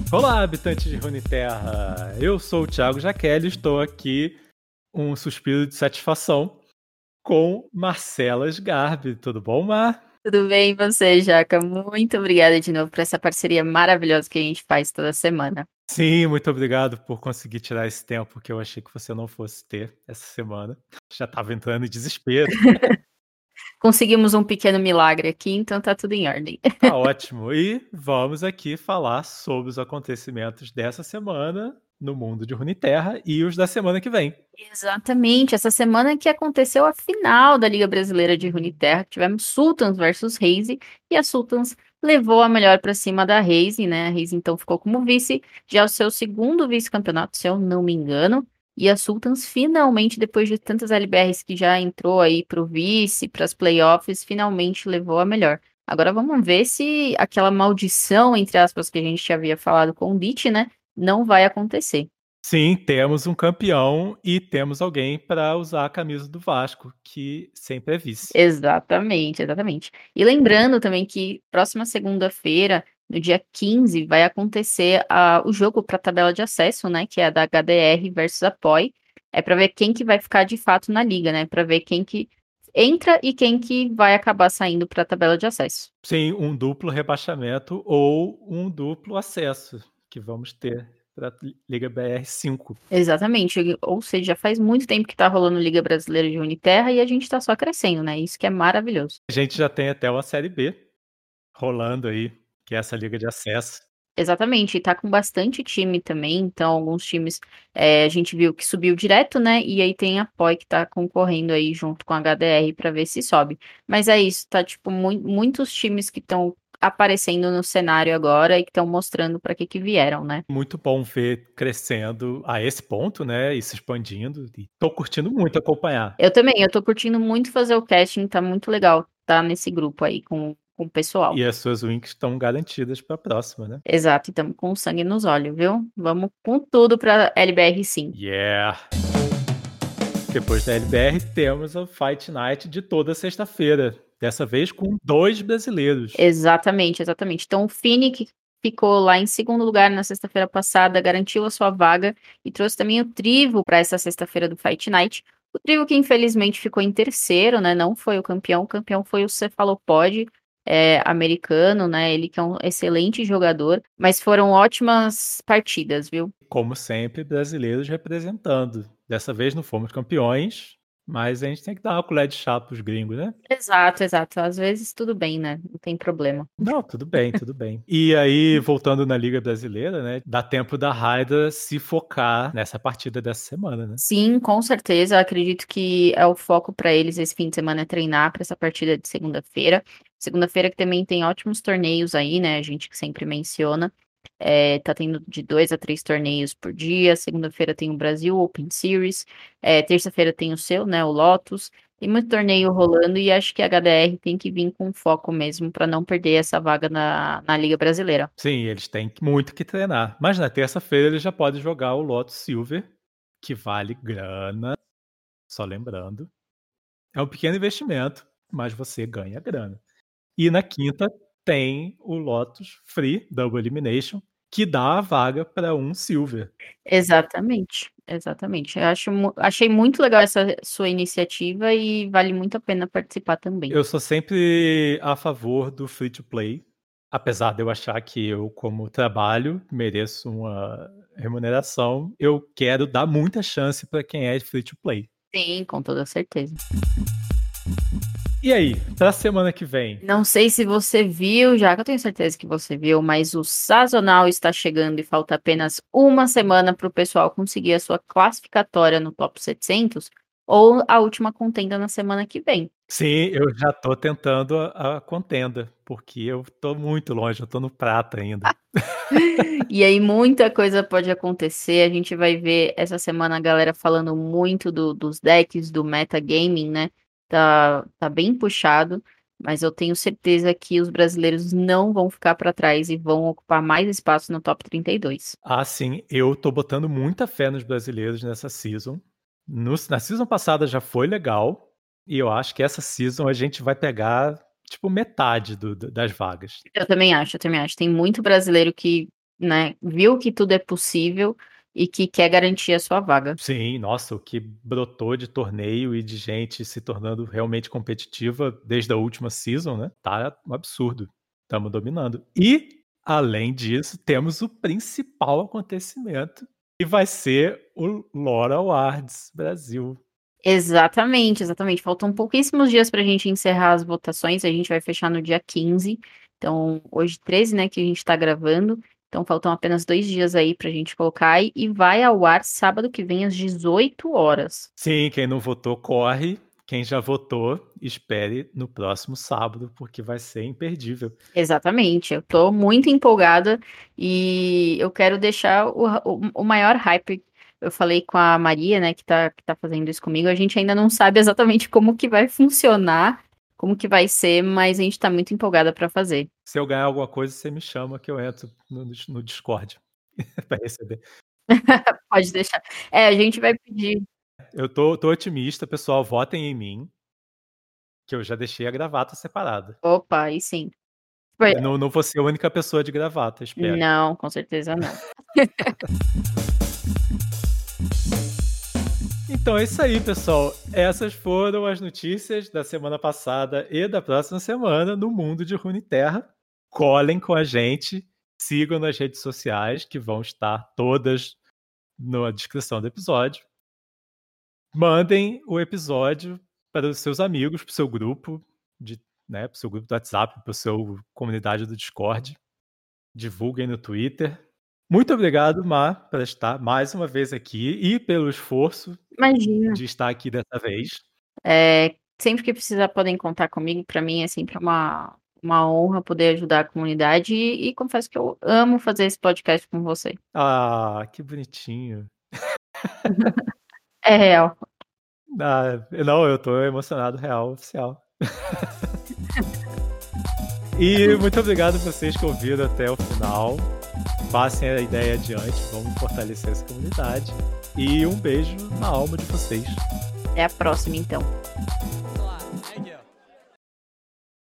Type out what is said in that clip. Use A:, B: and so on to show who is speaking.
A: Olá, habitantes de Runeterra! Eu sou o Thiago Jaqueline e estou aqui, um suspiro de satisfação, com Marcela Sgarbi. Tudo bom, Mar?
B: Tudo bem, e você, Jaca? Muito obrigada de novo por essa parceria maravilhosa que a gente faz toda semana.
A: Sim, muito obrigado por conseguir tirar esse tempo que eu achei que você não fosse ter essa semana. Já estava entrando em desespero.
B: Conseguimos um pequeno milagre aqui, então tá tudo em ordem.
A: Tá ótimo. E vamos aqui falar sobre os acontecimentos dessa semana no mundo de Runeterra e os da semana que vem.
B: Exatamente, essa semana que aconteceu a final da Liga Brasileira de Runeterra, tivemos Sultans versus Raze, e a Sultans levou a melhor para cima da Raze, né? A Raze então ficou como vice, já o seu segundo vice-campeonato, se eu não me engano, e a Sultans finalmente, depois de tantas LBRs que já entrou aí pro vice, para as playoffs, finalmente levou a melhor. Agora vamos ver se aquela maldição, entre aspas, que a gente já havia falado com o Ditch, né, não vai acontecer.
A: Sim, temos um campeão e temos alguém para usar a camisa do Vasco, que sempre é vice.
B: Exatamente, exatamente. E lembrando também que próxima segunda-feira, no dia 15, vai acontecer o jogo para a tabela de acesso, né? Que é a da HDR versus Apoy. É para ver quem que vai ficar de fato na liga, né? Para ver quem que entra e quem que vai acabar saindo para a tabela de acesso.
A: Sim, um duplo rebaixamento ou um duplo acesso que vamos ter para a Liga BR5.
B: Exatamente. Ou seja, já faz muito tempo que tá rolando Liga Brasileira de Uniterra e a gente tá só crescendo, né? Isso que é maravilhoso.
A: A gente já tem até uma Série B rolando aí, que é essa liga de acesso.
B: Exatamente, e tá com bastante time também, então alguns times a gente viu que subiu direto, né? E aí tem a POI que tá concorrendo aí junto com a HDR pra ver se sobe. Mas é isso, tá tipo muitos times que estão aparecendo no cenário agora e que estão mostrando pra que vieram, né?
A: Muito bom ver crescendo a esse ponto, né, e se expandindo, e tô curtindo muito acompanhar.
B: Eu também, eu tô curtindo muito fazer o casting, tá muito legal tá nesse grupo aí com o pessoal.
A: E as suas wins estão garantidas para a próxima, né.
B: Exato, e estamos com sangue nos olhos, viu? Vamos com tudo pra LBR sim.
A: Yeah! Depois da LBR, temos o Fight Night de toda sexta-feira, dessa vez com 2 brasileiros.
B: Exatamente, exatamente. Então, o Fini, que ficou lá em segundo lugar na sexta-feira passada, garantiu a sua vaga e trouxe também o Trivo para essa sexta-feira do Fight Night. O Trivo que infelizmente ficou em terceiro, né? Não foi o campeão foi o Cephalopod, americano, né? Ele que é um excelente jogador, mas foram ótimas partidas, viu?
A: Como sempre, brasileiros representando. Dessa vez não fomos campeões, mas a gente tem que dar uma colher de chá para os gringos, né.
B: Exato, exato. Às vezes tudo bem, né? Não tem problema.
A: Não, tudo bem, tudo bem. E aí, voltando na Liga Brasileira, né, dá tempo da Raida se focar nessa partida dessa semana, né.
B: Sim, com certeza. Eu acredito que é o foco para eles esse fim de semana é treinar para essa partida de segunda-feira. Segunda-feira que também tem ótimos torneios aí, né? A gente que sempre menciona. Tá tendo de 2 a 3 torneios por dia. Segunda-feira tem o Brasil Open Series. Terça-feira tem o seu, né? O Lotus. Tem muito torneio rolando e acho que a HDR tem que vir com foco mesmo para não perder essa vaga na Liga Brasileira.
A: Sim, eles têm muito que treinar, mas na terça-feira eles já podem jogar o Lotus Silver, que vale grana, só lembrando. É um pequeno investimento, mas você ganha grana. E na quinta tem o Lotus Free Double Elimination, que dá a vaga para um Silver.
B: Exatamente, exatamente. Eu achei muito legal essa sua iniciativa e vale muito a pena participar também.
A: Eu sou sempre a favor do free to play, apesar de eu achar que eu, como trabalho, mereço uma remuneração, eu quero dar muita chance para quem é free to play.
B: Sim, com toda certeza.
A: E aí, pra semana que vem?
B: Não sei se você viu, já que eu tenho certeza que você viu, mas o Sazonal está chegando e falta apenas uma semana para o pessoal conseguir a sua classificatória no Top 700 ou a última contenda na semana que vem.
A: Sim, eu já tô tentando a contenda, porque eu tô muito longe, eu tô no prata ainda.
B: E aí muita coisa pode acontecer. A gente vai ver essa semana a galera falando muito dos decks, do metagaming, né? Tá bem puxado, mas eu tenho certeza que os brasileiros não vão ficar para trás e vão ocupar mais espaço no top 32.
A: Ah, sim, eu tô botando muita fé nos brasileiros nessa season. Na season passada já foi legal, e eu acho que essa season a gente vai pegar, tipo, metade das vagas.
B: Eu também acho, eu também acho. Tem muito brasileiro que né, viu que tudo é possível e que quer garantir a sua vaga.
A: Sim, nossa, o que brotou de torneio e de gente se tornando realmente competitiva desde a última season, né, tá um absurdo. Estamos dominando. E, além disso, temos o principal acontecimento, que vai ser o Lore Awards Brasil.
B: Exatamente, exatamente. Faltam pouquíssimos dias pra gente encerrar as votações, a gente vai fechar no dia 15, então hoje 13, né, que a gente tá gravando, então faltam apenas 2 dias aí pra gente colocar e vai ao ar sábado que vem às 18 horas.
A: Sim, quem não votou, corre. Quem já votou, espere no próximo sábado, porque vai ser imperdível.
B: Exatamente, eu tô muito empolgada e eu quero deixar o maior hype. Eu falei com a Maria, né, que tá fazendo isso comigo, a gente ainda não sabe exatamente como que vai funcionar, como que vai ser, mas a gente tá muito empolgada pra fazer.
A: Se eu ganhar alguma coisa, você me chama que eu entro no Discord para receber.
B: Pode deixar. É, a gente vai pedir.
A: Eu tô otimista, pessoal, votem em mim, que eu já deixei a gravata separada.
B: Opa, aí sim. Foi.
A: Eu não vou ser a única pessoa de gravata, espero.
B: Não, com certeza não.
A: Então é isso aí, pessoal. Essas foram as notícias da semana passada e da próxima semana no mundo de Runeterra. Colhem com a gente, sigam nas redes sociais, que vão estar todas na descrição do episódio. Mandem o episódio para os seus amigos, para o seu grupo, para o seu grupo do WhatsApp, para a sua comunidade do Discord. Divulguem no Twitter. Muito obrigado, Mar, por estar mais uma vez aqui e pelo esforço
B: Imagina.
A: de estar aqui dessa vez.
B: Sempre que precisar podem contar comigo, pra mim é sempre uma honra poder ajudar a comunidade e confesso que eu amo fazer esse podcast com você.
A: Ah, que bonitinho.
B: É real.
A: Ah, não, eu tô emocionado, real, oficial. E muito obrigado a vocês que ouviram até o final. Passem a ideia adiante, vamos fortalecer essa comunidade. E um beijo na alma de vocês.
B: Até a próxima, então.